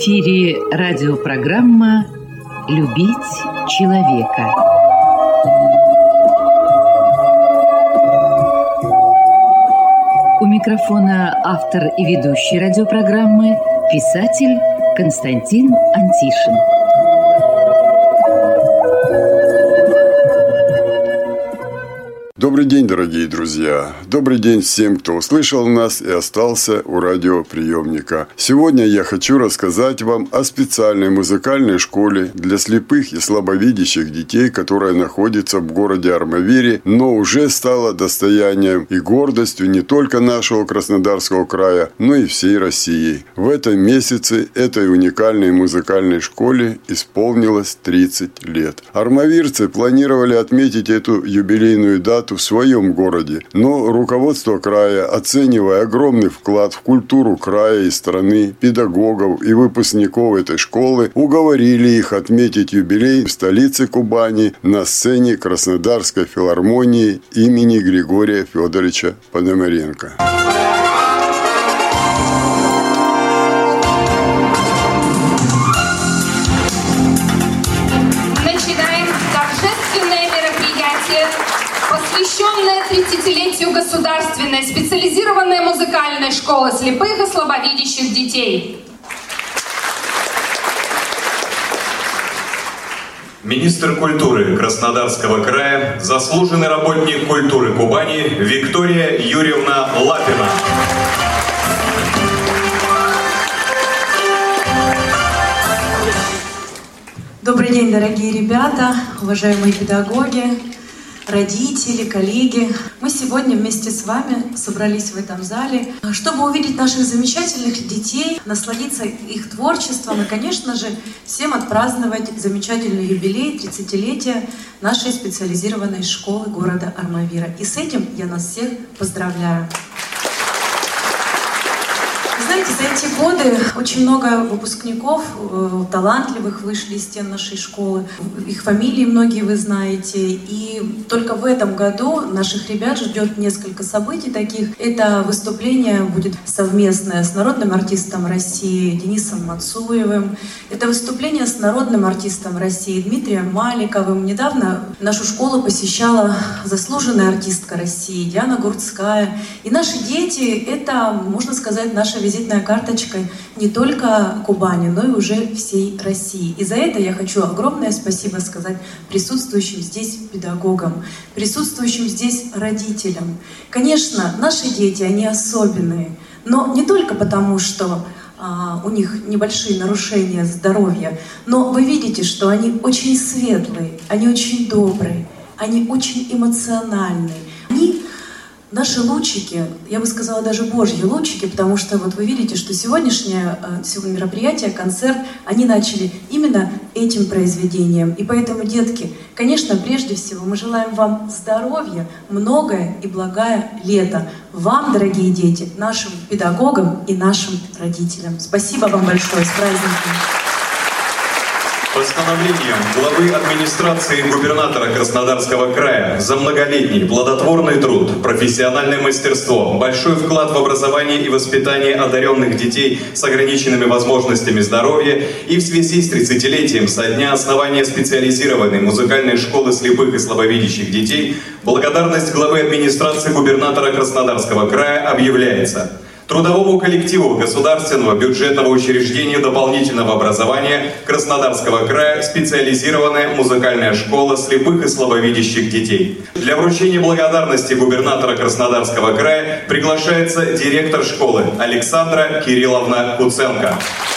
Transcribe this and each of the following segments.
эфире радиопрограмма «Любить человека». У микрофона автор и ведущий радиопрограммы, писатель Константин Антишин. Добрый день, дорогие друзья! Добрый день всем, кто услышал нас и остался у радиоприемника. Сегодня я хочу рассказать вам о специальной музыкальной школе для слепых и слабовидящих детей, которая находится в городе Армавире, но уже стала достоянием и гордостью не только нашего Краснодарского края, но и всей России. В этом месяце этой уникальной музыкальной школе исполнилось 30 лет. Армавирцы планировали отметить эту юбилейную дату в своем городе, но руководство края, оценивая огромный вклад в культуру края и страны, педагогов и выпускников этой школы, уговорили их отметить юбилей в столице Кубани на сцене Краснодарской филармонии имени Григория Федоровича Пономаренко. Посвященная 30-летию государственной специализированной музыкальной школы слепых и слабовидящих детей. Министр культуры Краснодарского края, заслуженный работник культуры Кубани Виктория Юрьевна Лапина. Добрый день, дорогие ребята, уважаемые педагоги, родители, коллеги. Мы сегодня вместе с вами собрались в этом зале, чтобы увидеть наших замечательных детей, насладиться их творчеством и, конечно же, всем отпраздновать замечательный юбилей 30-летия нашей специализированной школы города Армавира. И с этим я нас всех поздравляю. Знаете, за эти годы очень много выпускников талантливых вышли из стен нашей школы. Их фамилии многие вы знаете. И только в этом году наших ребят ждет несколько событий таких. Это выступление будет совместное с народным артистом России Денисом Мацуевым. Это выступление с народным артистом России Дмитрием Маликовым. Недавно нашу школу посещала заслуженная артистка России Диана Гурцкая. И наши дети — это, можно сказать, наша визитная карточка не только Кубани, но и уже всей России. И за это я хочу огромное спасибо сказать присутствующим здесь педагогам, присутствующим здесь родителям. Конечно, наши дети, они особенные, но не только потому, что у них небольшие нарушения здоровья, но вы видите, что они очень светлые, они очень добрые, они очень эмоциональные. Они наши лучики, я бы сказала даже божьи лучики, потому что вот вы видите, что сегодняшнее мероприятие, концерт, они начали именно этим произведением. И поэтому, детки, конечно, прежде всего мы желаем вам здоровья, многое и благое лето. Вам, дорогие дети, нашим педагогам и нашим родителям. Спасибо вам большое, с праздником! Постановлением главы администрации губернатора Краснодарского края за многолетний плодотворный труд, профессиональное мастерство, большой вклад в образование и воспитание одаренных детей с ограниченными возможностями здоровья и в связи с 30-летием со дня основания специализированной музыкальной школы слепых и слабовидящих детей, благодарность главы администрации губернатора Краснодарского края объявляется трудовому коллективу государственного бюджетного учреждения дополнительного образования Краснодарского края специализированная музыкальная школа слепых и слабовидящих детей. Для вручения благодарности губернатора Краснодарского края приглашается директор школы Александра Кирилловна Куценко.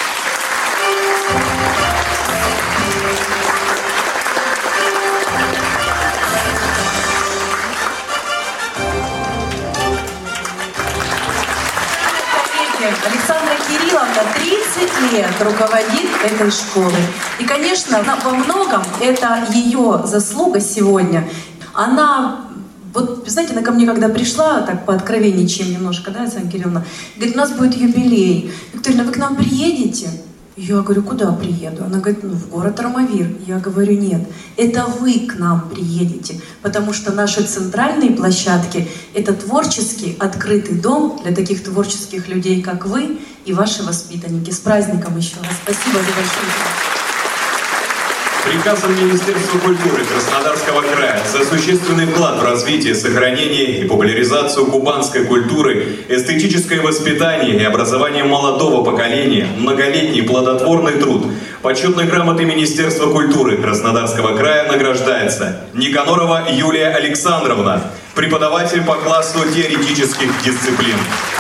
Александра Кирилловна 30 лет руководит этой школой. И, конечно, во многом это ее заслуга сегодня. Она, вот, знаете, она ко мне когда пришла, так по откровенничаем немножко, да, Александра Кирилловна, говорит, у нас будет юбилей. Виктория, вы к нам приедете? Я говорю, куда приеду? Она говорит, в город Армавир. Я говорю, нет, это вы к нам приедете, потому что наши центральные площадки – это творческий открытый дом для таких творческих людей, как вы и ваши воспитанники. С праздником еще раз. Спасибо за большое. Приказом Министерства культуры Краснодарского края за существенный вклад в развитие, сохранение и популяризацию кубанской культуры, эстетическое воспитание и образование молодого поколения, многолетний плодотворный труд, почетной грамотой Министерства культуры Краснодарского края награждается Никанорова Юлия Александровна, преподаватель по классу теоретических дисциплин.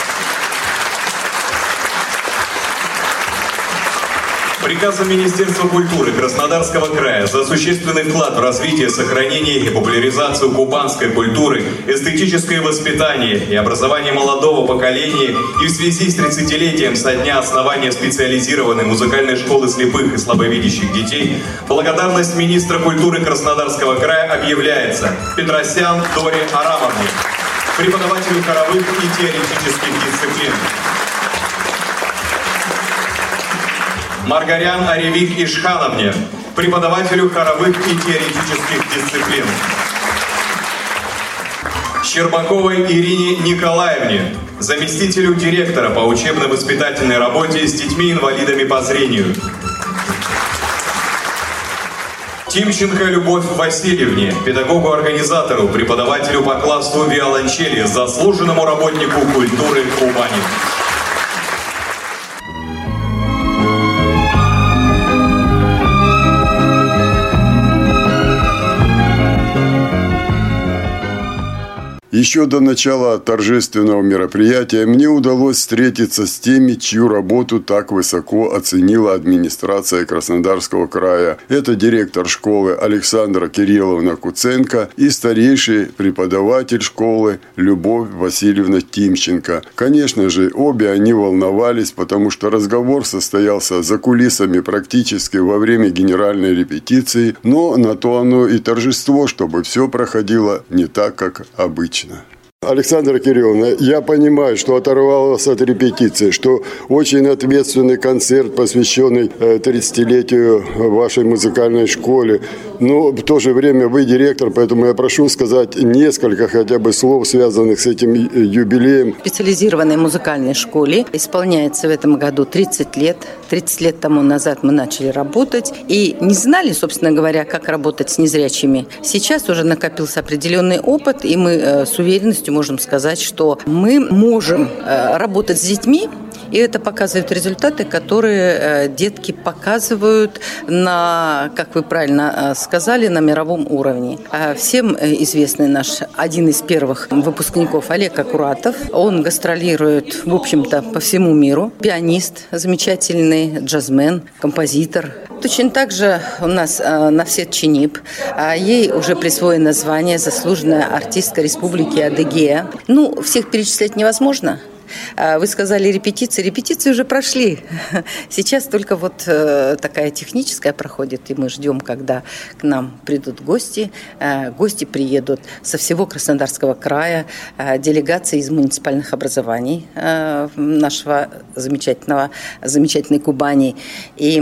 Приказом Министерства культуры Краснодарского края за существенный вклад в развитие, сохранение и популяризацию кубанской культуры, эстетическое воспитание и образование молодого поколения и в связи с 30-летием со дня основания специализированной музыкальной школы слепых и слабовидящих детей, благодарность министра культуры Краснодарского края объявляется Петросян Доре Арамовне, преподавателю хоровых и теоретических дисциплин. Маргарян Аревик Ишхановне, преподавателю хоровых и теоретических дисциплин. Щербаковой Ирине Николаевне, заместителю директора по учебно-воспитательной работе с детьми-инвалидами по зрению. Тимченко Любовь Васильевне, педагогу-организатору, преподавателю по классу виолончели, заслуженному работнику культуры Кубани. Еще до начала торжественного мероприятия мне удалось встретиться с теми, чью работу так высоко оценила администрация Краснодарского края. Это директор школы Александра Кирилловна Куценко и старейший преподаватель школы Любовь Васильевна Тимченко. Конечно же, обе они волновались, потому что разговор состоялся за кулисами практически во время генеральной репетиции, но на то оно и торжество, чтобы все проходило не так, как обычно. Александра Кирилловна, я понимаю, что оторвалась от репетиции, что очень ответственный концерт, посвященный 30-летию вашей музыкальной школе. Но в то же время вы директор, поэтому я прошу сказать несколько хотя бы слов, связанных с этим юбилеем. В специализированной музыкальной школе исполняется в этом году 30 лет. 30 лет тому назад мы начали работать и не знали, собственно говоря, как работать с незрячими. Сейчас уже накопился определенный опыт, и мы с уверенностью можем сказать, что мы можем работать с детьми, и это показывают результаты, которые детки показывают на, как вы правильно сказали, на мировом уровне. Всем известный наш один из первых выпускников Олег Акуратов. Он гастролирует, в общем-то, по всему миру. Пианист замечательный, джазмен, композитор. Точно так же у нас Нафсет Чинип. Ей уже присвоено звание «Заслуженная артистка Республики Адыгея». Всех перечислять невозможно. Вы сказали репетиции. Репетиции уже прошли. Сейчас только вот такая техническая проходит, и мы ждем, когда к нам придут гости. Гости приедут со всего Краснодарского края, делегации из муниципальных образований нашего замечательной Кубани. И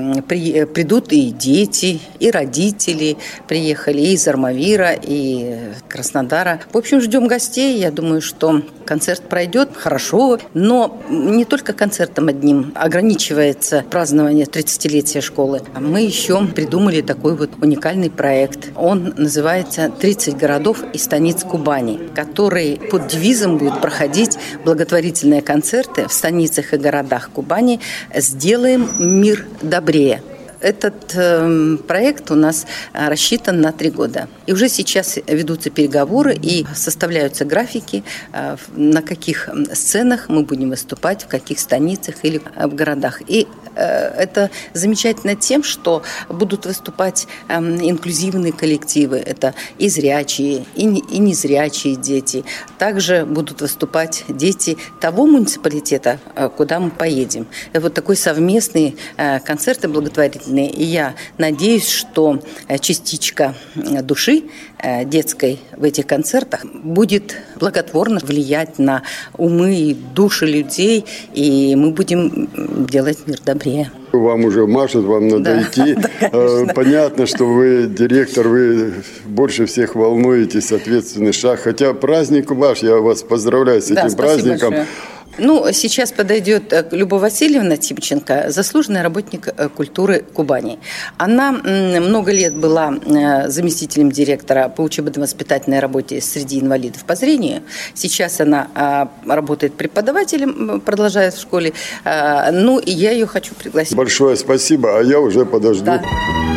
придут и дети, и родители приехали и из Армавира, и Краснодара. В общем, ждем гостей. Я думаю, что концерт пройдет хорошо, но не только концертом одним ограничивается празднование 30-летия школы. Мы еще придумали такой вот уникальный проект. Он называется «30 городов и станиц Кубани», который под девизом будет проходить благотворительные концерты в станицах и городах Кубани «Сделаем мир добрее». Этот проект у нас рассчитан на 3 года. И уже сейчас ведутся переговоры и составляются графики, на каких сценах мы будем выступать, в каких станицах или в городах. И это замечательно тем, что будут выступать инклюзивные коллективы. Это и зрячие, и незрячие дети. Также будут выступать дети того муниципалитета, куда мы поедем. И вот такой совместный концерт и благотворительный сильные. И я надеюсь, что частичка души детской в этих концертах будет благотворно влиять на умы и души людей, и мы будем делать мир добрее. Вам уже машут, вам надо идти. Да, понятно, что вы директор, вы больше всех волнуетесь, ответственный шаг. Хотя праздник ваш, я вас поздравляю с этим праздником. Большое. Ну, сейчас подойдет Любовь Васильевна Тимченко, заслуженный работник культуры Кубани. Она много лет была заместителем директора по учебно-воспитательной работе среди инвалидов по зрению. Сейчас она работает преподавателем, продолжает в школе. Ну, и я ее хочу пригласить. Большое спасибо, а я уже подожду. Да.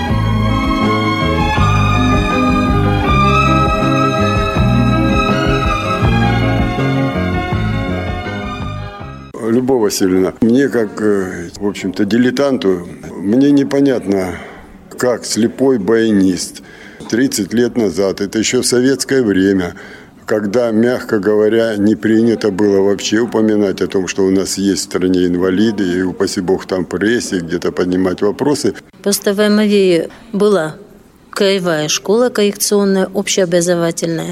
Любовь Васильевна, мне как, в общем-то, дилетанту, мне непонятно, как слепой баянист 30 лет назад, это еще в советское время, когда, мягко говоря, не принято было вообще упоминать о том, что у нас есть в стране инвалиды, и упаси бог там в прессе где-то поднимать вопросы. Просто в МВ была краевая школа коррекционная, общеобразовательная,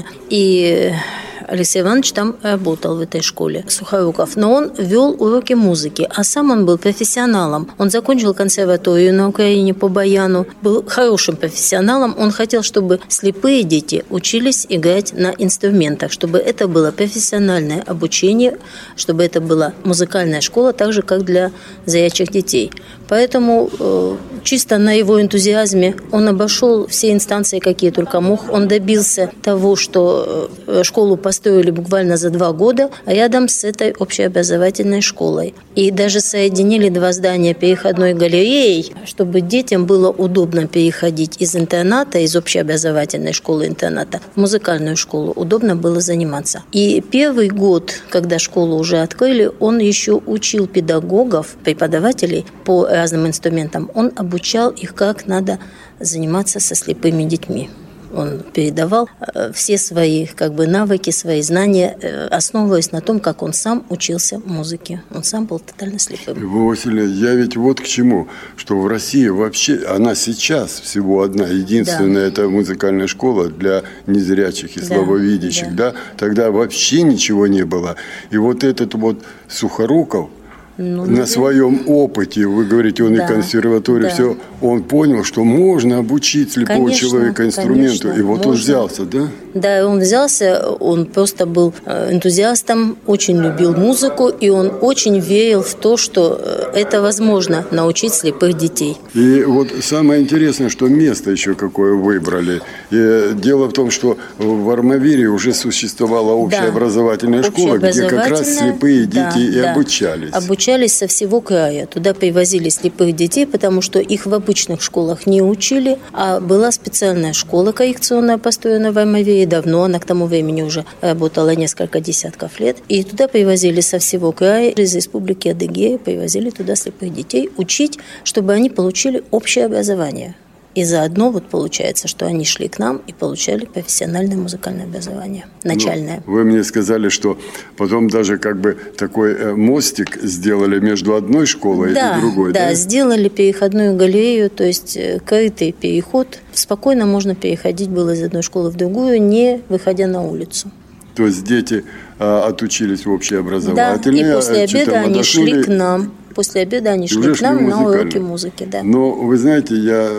и Алексей Иванович там работал в этой школе, Сухоруков. Но он вел уроки музыки, а сам он был профессионалом. Он закончил консерваторию на Украине по баяну, был хорошим профессионалом. Он хотел, чтобы слепые дети учились играть на инструментах, чтобы это было профессиональное обучение, чтобы это была музыкальная школа, так же, как для зрячих детей. Поэтому чисто на его энтузиазме он обошел все инстанции, какие только мог. Он добился того, что школу построили буквально за 2 года рядом с этой общеобразовательной школой. И даже соединили 2 здания переходной галереей, чтобы детям было удобно переходить из интерната, из общеобразовательной школы-интерната в музыкальную школу. Удобно было заниматься. И первый год, когда школу уже открыли, он еще учил педагогов, преподавателей по разным инструментам. Он обучал их, как надо заниматься со слепыми детьми. Он передавал все свои навыки, свои знания, основываясь на том, как он сам учился музыке. Он сам был тотально слепым. Любовь Васильевна, я ведь вот к чему, что в России вообще, она сейчас всего одна, единственная, это музыкальная школа для незрячих и слабовидящих, да? Тогда вообще ничего не было. И вот этот вот Сухоруков, на своем опыте, вы говорите, он и консерваторию, все, он понял, что можно обучить слепого человека инструменту, и вот можно. Он взялся, да? Да, он взялся, он просто был энтузиастом, очень любил музыку, и он очень верил в то, что это возможно научить слепых детей. И вот самое интересное, что место еще какое выбрали. И дело в том, что в Армавире уже существовала общеобразовательная школа, где как раз слепые дети и обучались. Обучались со всего края. Туда привозили слепых детей, потому что их в обычных школах не учили, а была специальная школа коррекционная, построена в Армавире. Давно, она к тому времени уже работала несколько десятков лет. И туда привозили со всего края, из республики Адыгея, привозили туда слепых детей учить, чтобы они получили общее образование. И заодно получается, что они шли к нам и получали профессиональное музыкальное образование, начальное. Вы мне сказали, что потом даже такой мостик сделали между одной школой и другой. Да, сделали переходную галерею, то есть крытый переход. Спокойно можно переходить было из одной школы в другую, не выходя на улицу. То есть дети отучились в общеобразовательной. Да, и после обеда они шли к нам. После обеда они шли к нам на уроки музыки. Да. Но вы знаете,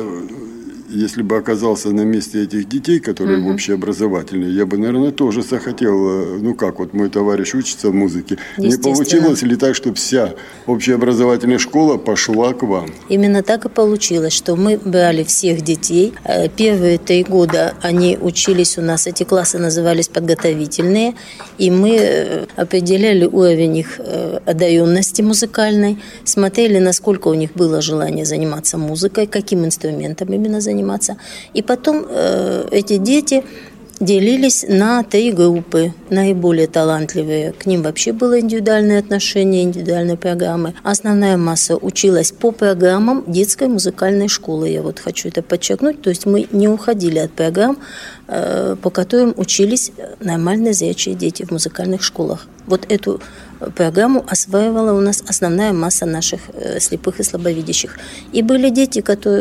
если бы оказался на месте этих детей, которые в общеобразовательной, я бы, наверное, тоже захотел, мой товарищ учится в музыке. Не получилось ли так, что вся общеобразовательная школа пошла к вам? Именно так и получилось, что мы брали всех детей. Первые 3 года они учились у нас, эти классы назывались подготовительные, и мы определяли уровень их одаренности музыкальной, смотрели, насколько у них было желание заниматься музыкой, каким инструментом именно заниматься. И потом эти дети делились на 3 группы, наиболее талантливые. К ним вообще было индивидуальное отношение, индивидуальные программы. Основная масса училась по программам детской музыкальной школы. Я хочу это подчеркнуть. То есть мы не уходили от программ, по которым учились нормальные зрячие дети в музыкальных школах. Вот эту программу осваивала у нас основная масса наших слепых и слабовидящих. И были дети,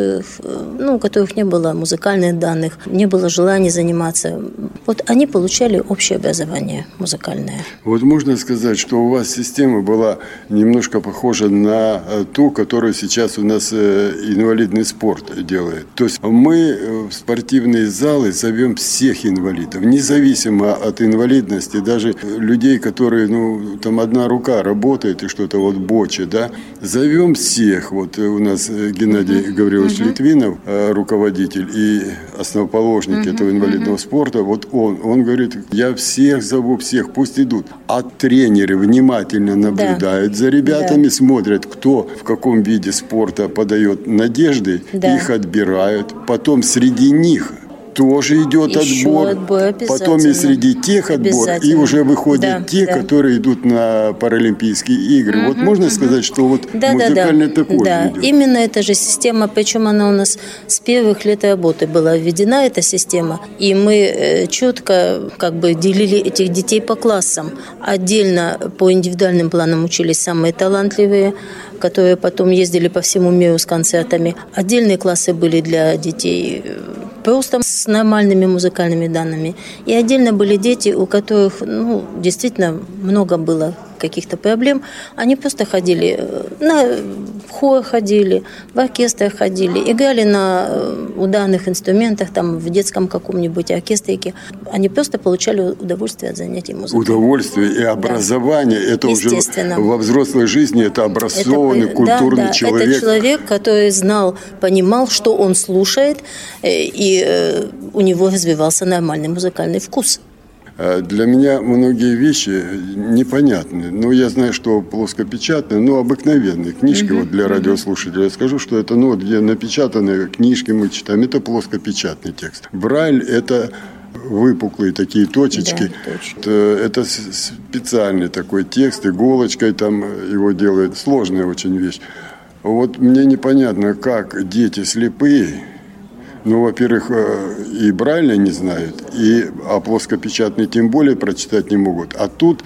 у которых не было музыкальных данных, не было желания заниматься. Вот они получали общее образование музыкальное. Вот можно сказать, что у вас система была немножко похожа на ту, которую сейчас у нас инвалидный спорт делает. То есть мы в спортивные залы зовем всех инвалидов, независимо от инвалидности, даже людей, которые, там одна рука работает и что-то вот бочит, да, зовем всех. Вот у нас Геннадий Гаврилович Литвинов, руководитель и основоположник этого инвалидного спорта, вот он говорит, я всех зову, всех, пусть идут. А тренеры внимательно наблюдают за ребятами, смотрят, кто в каком виде спорта подает надежды, их отбирают. Потом среди них тоже идет отбор, потом и среди тех отбор, и уже выходят те, которые идут на Паралимпийские игры. Вот можно сказать, что вот музыкальный такой идет. Именно эта же система, причем она у нас с первых лет работы была введена, эта система, и мы четко делили этих детей по классам. Отдельно по индивидуальным планам учились самые талантливые, которые потом ездили по всему миру с концертами. Отдельные классы были для детей просто с нормальными музыкальными данными. И отдельно были дети, у которых действительно много было каких-то проблем. Они просто ходили в хор, ходили, в оркестр ходили, играли на ударных инструментах, там в детском каком-нибудь оркестрике. Они просто получали удовольствие от занятий музыкой. Удовольствие и образование, это уже во взрослой жизни, это образованный, культурный человек. Это человек, который знал, понимал, что он слушает, и у него развивался нормальный музыкальный вкус. Для меня многие вещи непонятны. Я знаю, что плоскопечатные, обыкновенные книжки вот для радиослушателей. Я скажу, что это, где напечатанные книжки мы читаем, это плоскопечатный текст. Брайль – это выпуклые такие точечки. Да, это специальный такой текст, иголочкой там его делают. Сложная очень вещь. Вот мне непонятно, как дети слепые, во-первых, и Брайля не знают, а плоскопечатный тем более прочитать не могут. А тут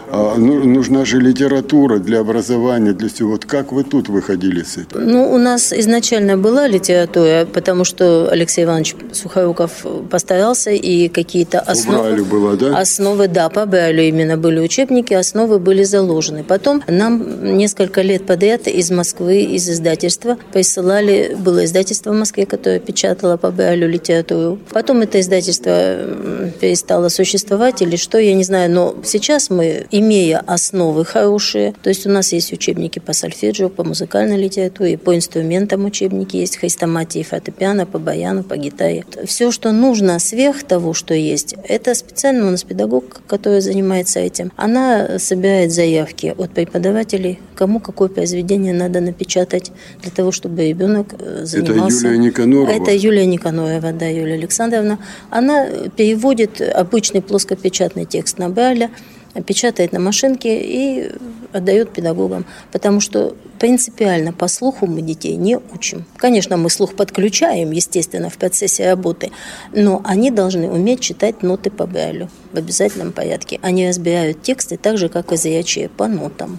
нужна же литература для образования, для всего. Вот как вы тут выходили с этим? У нас изначально была литература, потому что Алексей Иванович Сухоруков постарался, и какие-то основы... По Брайлю было, да? Основы, по Брайлю именно были учебники, основы были заложены. Потом нам несколько лет подряд из Москвы, из издательства присылали... Было издательство в Москве, которое печатало по Брайлю литературу. Потом это издательство перестало существовать или что, я не знаю. Но сейчас мы, имея основы хорошие, то есть у нас есть учебники по сольфеджио, по музыкальной литературе, по инструментам учебники есть, хрестоматии, фортепиано, по баяну, по гитаре. Все, что нужно сверх того, что есть, это специально у нас педагог, который занимается этим. Она собирает заявки от преподавателей, кому какое произведение надо напечатать для того, чтобы ребенок занимался. Это Юлия Никонорова? Это Юлия Никонорова, да, Юлия Александровна. Она переводит обычный плоскопечатный текст на Брайля, печатает на машинке и отдает педагогам. Потому что принципиально по слуху мы детей не учим. Конечно, мы слух подключаем, естественно, в процессе работы, но они должны уметь читать ноты по Брайлю в обязательном порядке. Они разбирают тексты так же, как и зрячие, по нотам.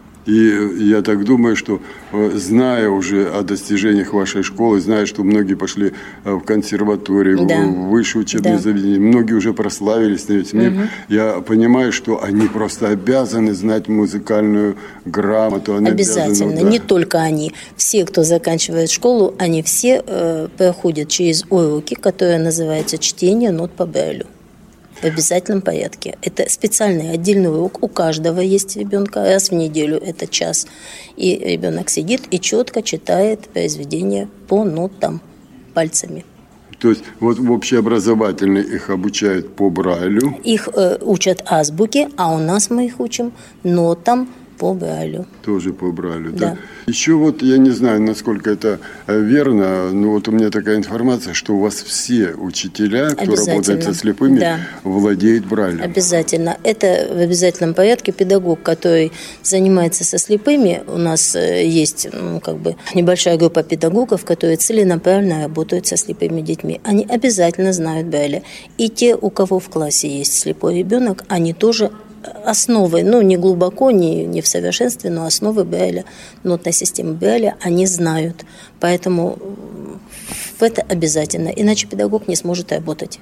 И я так думаю, что, зная уже о достижениях вашей школы, зная, что многие пошли в консерваторию, в высшее учебное заведение, многие уже прославились на весь мир, я понимаю, что они просто обязаны знать музыкальную грамоту. Обязательно, не только они. Все, кто заканчивает школу, они все проходят через уроки, которые называются «Чтение нот по Брайлю». В обязательном порядке. Это специальный отдельный урок. У каждого есть ребенка. Раз в неделю это час. И ребенок сидит и четко читает произведения по нотам пальцами. То есть вот в общеобразовательной их обучают по Брайлю? Их учат азбуке, а у нас мы их учим нотам по Брайлю. Тоже по Брайлю, да. Еще вот, я не знаю, насколько это верно, но вот у меня такая информация, что у вас все учителя, кто работает со слепыми, владеют Брайлем. Обязательно. Это в обязательном порядке педагог, который занимается со слепыми. У нас есть небольшая группа педагогов, которые целенаправленно работают со слепыми детьми. Они обязательно знают Брайля. И те, у кого в классе есть слепой ребенок, они тоже основы, ну, не глубоко, не в совершенстве, но основы Брайля, нотной системы Брайля они знают. Поэтому это обязательно, иначе педагог не сможет работать.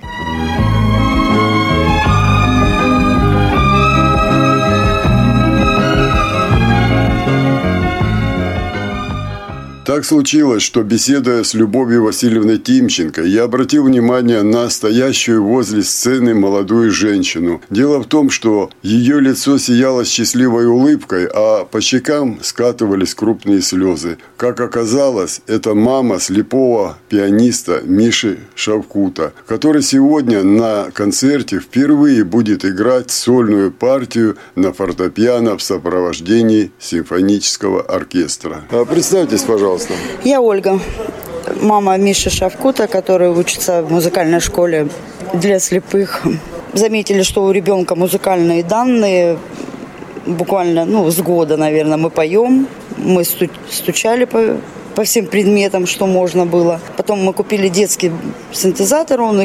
Так случилось, что, беседуя с Любовью Васильевной Тимченко, я обратил внимание на стоящую возле сцены молодую женщину. Дело в том, что ее лицо сияло счастливой улыбкой, а по щекам скатывались крупные слезы. Как оказалось, это мама слепого пианиста Миши Шавкута, который сегодня на концерте впервые будет играть сольную партию на фортепиано в сопровождении симфонического оркестра. Представьтесь, пожалуйста. Я Ольга, мама Миши Шавкута, который учится в музыкальной школе для слепых. Заметили, что у ребенка музыкальные данные. Буквально, с года, наверное, мы поем. Мы стучали по всем предметам, что можно было. Потом мы купили детский синтезатор. Он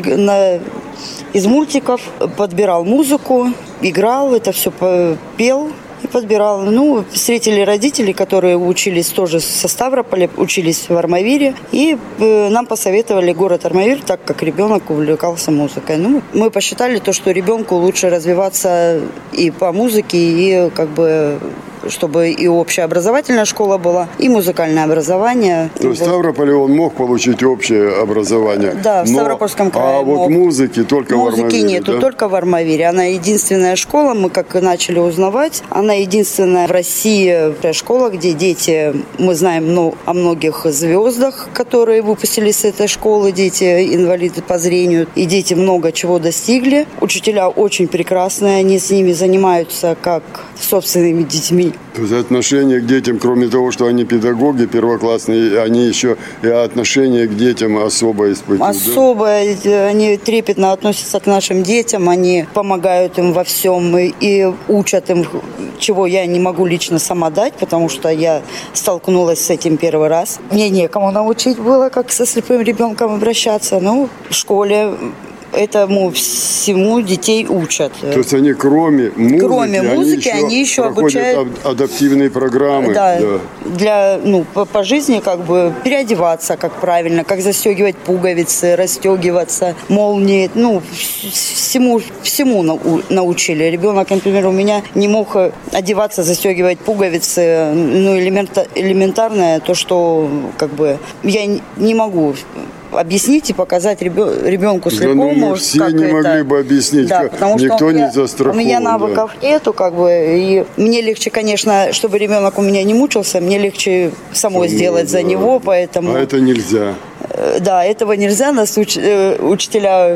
из мультиков подбирал музыку, играл, это все пел. И подбирал. Встретили родителей, которые учились тоже со Ставрополя, учились в Армавире. И нам посоветовали город Армавир, так как ребенок увлекался музыкой. Мы посчитали то, что ребенку лучше развиваться и по музыке, и чтобы и общеобразовательная школа была, и музыкальное образование. То есть в Ставрополе он мог получить общее образование? Да, в Ставропольском крае мог. музыки только в Армавире? Музыки нету, да? Только в Армавире. Она единственная школа, мы как начали узнавать, она единственная в России школа, где дети, мы знаем о многих звездах, которые выпустились с этой школы, дети инвалиды по зрению, и дети много чего достигли. Учителя очень прекрасные, они с ними занимаются как собственными детьми. То есть отношение к детям, кроме того, что они педагоги первоклассные, они еще и отношение к детям особо испытывают. Особо, да? Они трепетно относятся к нашим детям, они помогают им во всем и учат им, чего я не могу лично сама дать, потому что я столкнулась с этим первый раз. Мне некому научить было, как со слепым ребенком обращаться. В школе этому всему детей учат. То есть они кроме музыки они еще обучают адаптивные программы. Да. Для по жизни переодеваться, как правильно, как застегивать пуговицы, расстегиваться, молнии, всему научили. Ребенок, например, у меня не мог одеваться, застегивать пуговицы, элементарное то, что я не могу объяснить и показать ребенку слепому. Все не могли бы объяснить, потому никто что не застрахован. У меня навыков нету, и мне легче, конечно, чтобы ребенок у меня не мучился, мне легче самой сделать за него, поэтому... А это нельзя. Да, этого нельзя, нас учителя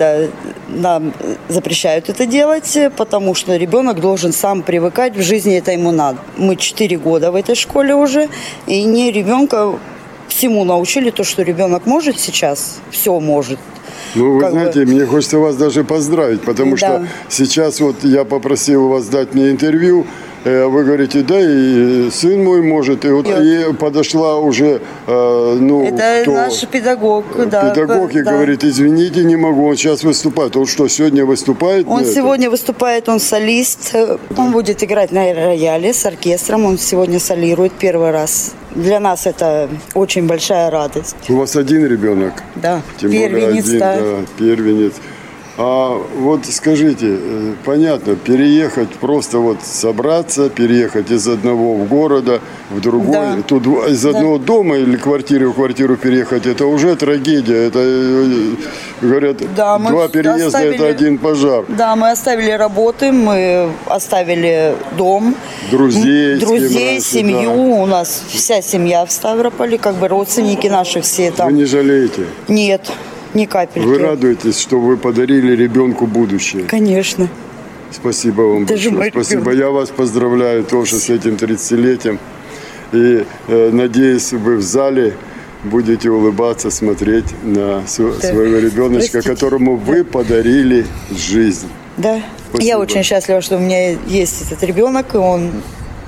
нам запрещают это делать, потому что ребенок должен сам привыкать, в жизни это ему надо. Мы 4 года в этой школе уже, и не ребенка всему научили, то, что ребенок может сейчас, все может. Вы знаете, мне хочется вас даже поздравить, потому что сейчас я попросил вас дать мне интервью, вы говорите, да, и сын мой может, и подошла уже, это наш педагог, педагог, и говорит, извините, не могу, он сейчас выступает. Он что, сегодня выступает? Он сегодня выступает, он солист, он будет играть на рояле с оркестром, он сегодня солирует первый раз. Для нас это очень большая радость. У вас один ребенок? Да, тем первенец, более первенец. А скажите, понятно, переехать, просто собраться, переехать из одного города в другой, тут из одного дома или квартиры в квартиру переехать, это уже трагедия. Это, говорят, 2 переезда это один пожар. Да, мы оставили работы, мы оставили дом, друзей, семью. У нас вся семья в Ставрополе, родственники наши все там. Вы не жалеете? Нет. Ни капельки. Вы радуетесь, что вы подарили ребенку будущее? Конечно. Спасибо вам большое. Спасибо. Я вас поздравляю тоже с этим 30-летием. И надеюсь, вы в зале будете улыбаться, смотреть на своего ребеночка, которому вы подарили жизнь. Да. Спасибо. Я очень счастлива, что у меня есть этот ребенок, и он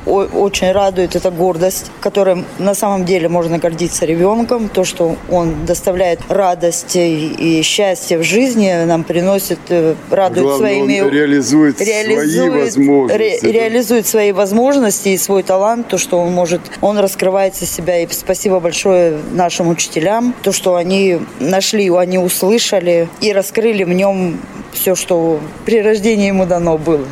очень радует, это гордость, которой на самом деле можно гордиться ребенком. То, что он доставляет радость и счастье в жизни, нам приносит, радует. Главное, своими... он реализует свои возможности. Реализует свои возможности и свой талант, то, что он может, он раскрывает из себя. И спасибо большое нашим учителям, то, что они нашли, они услышали и раскрыли в нем все, что при рождении ему дано было.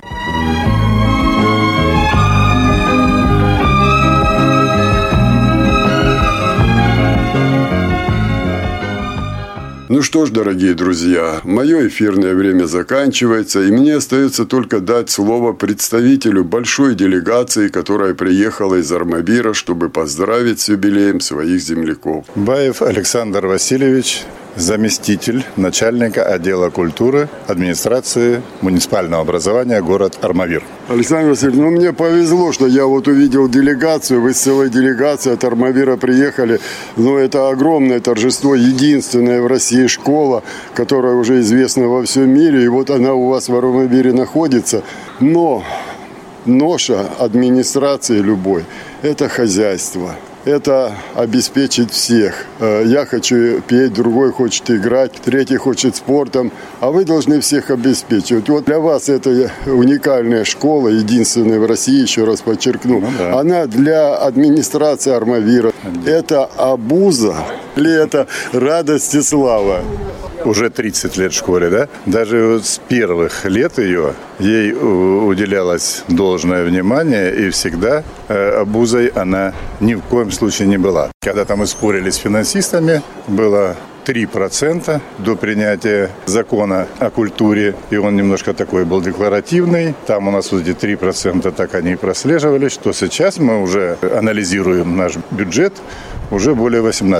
Ну что ж, дорогие друзья, мое эфирное время заканчивается, и мне остается только дать слово представителю большой делегации, которая приехала из Армавира, чтобы поздравить с юбилеем своих земляков. Баев Александр Васильевич, заместитель начальника отдела культуры администрации муниципального образования город Армавир. Александр Васильевич, мне повезло, что я увидел делегацию, вы с целой делегацией от Армавира приехали. Это огромное торжество, единственная в России школа, которая уже известна во всем мире, и она у вас в Армавире находится. Но ноша администрации любой – это хозяйство. Это обеспечить всех. Я хочу петь, другой хочет играть, третий хочет спортом. А вы должны всех обеспечивать. Для вас это уникальная школа, единственная в России, еще раз подчеркну. Да. Она для администрации Армавира. Это обуза или это радость и слава? Уже 30 лет в школе, да? Даже с первых лет ей уделялось должное внимание, и всегда обузой она ни в коем случае не была. Когда мы спорили с финансистами, было 3% до принятия закона о культуре, и он немножко такой был декларативный. Там у нас эти 3% так они и прослеживались, что сейчас мы уже анализируем наш бюджет, уже более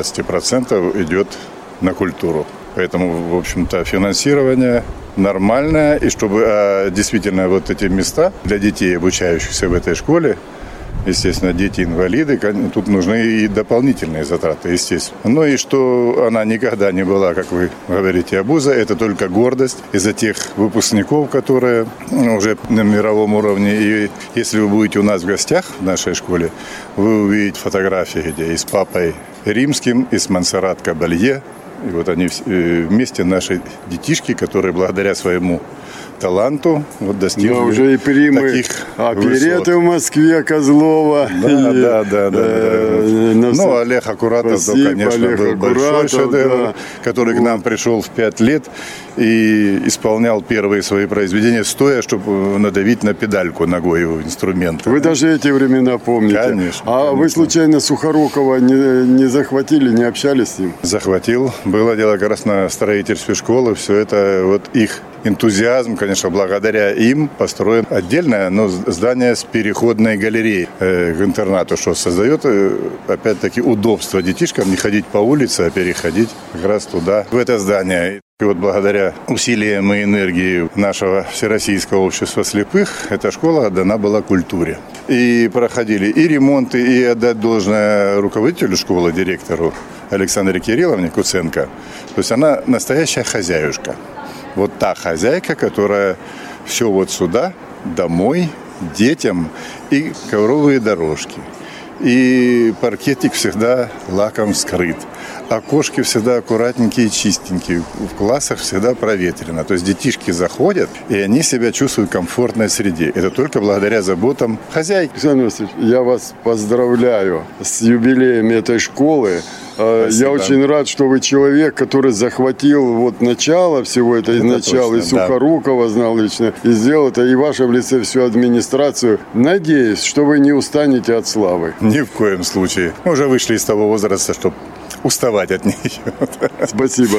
18% идет на культуру. Поэтому, в общем-то, финансирование нормальное. И чтобы действительно эти места для детей, обучающихся в этой школе, естественно, дети-инвалиды, тут нужны и дополнительные затраты, естественно. И что она никогда не была, как вы говорите, обуза, это только гордость из-за тех выпускников, которые уже на мировом уровне. И если вы будете у нас в гостях в нашей школе, вы увидите фотографии, где и с папой Римским, и с Монсеррат Кабалье. И они вместе, наши детишки, которые благодаря своему таланту достигли уже и примы таких опереты в Москве Козлова. Да. Олег Акуратов, конечно, Олег был большой шедевр, который к нам пришел в 5 лет и исполнял первые свои произведения, стоя, чтобы надавить на педальку ногой у инструмента. Вы даже эти времена помните. Конечно. Вы случайно Сухорукова не захватили, не общались с ним? Захватил. Было дело как раз на строительстве школы. Все это их энтузиазм, конечно, благодаря им построен отдельное, здание с переходной галереей к интернату, что создает, опять-таки, удобство детишкам не ходить по улице, а переходить как раз туда, в это здание. И благодаря усилиям и энергии нашего Всероссийского общества слепых эта школа отдана была культуре. И проходили и ремонты, и отдать должное руководителю школы, директору Александре Кирилловне Куценко. То есть она настоящая хозяюшка. Та хозяйка, которая все сюда, домой, детям, и ковровые дорожки. И паркетик всегда лаком скрыт. Окошки всегда аккуратненькие и чистенькие. В классах всегда проветрено. То есть детишки заходят, и они себя чувствуют в комфортной среде. Это только благодаря заботам хозяйки. Александр Васильевич, я вас поздравляю с юбилеем этой школы. Спасибо. Я очень рад, что вы человек, который захватил начало всего этого, изначала, и Сухорукова знал лично, и сделал это, и ваша в лице всю администрацию. Надеюсь, что вы не устанете от славы. Ни в коем случае. Мы уже вышли из того возраста, чтобы уставать от нее. Спасибо.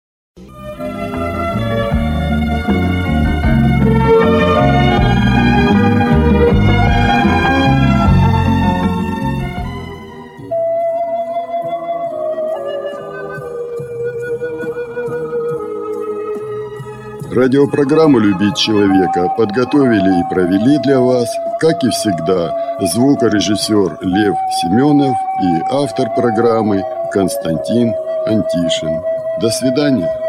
Радиопрограмму «Любить человека» подготовили и провели для вас, как и всегда, звукорежиссер Лев Семенов и автор программы Константин Антишин. До свидания.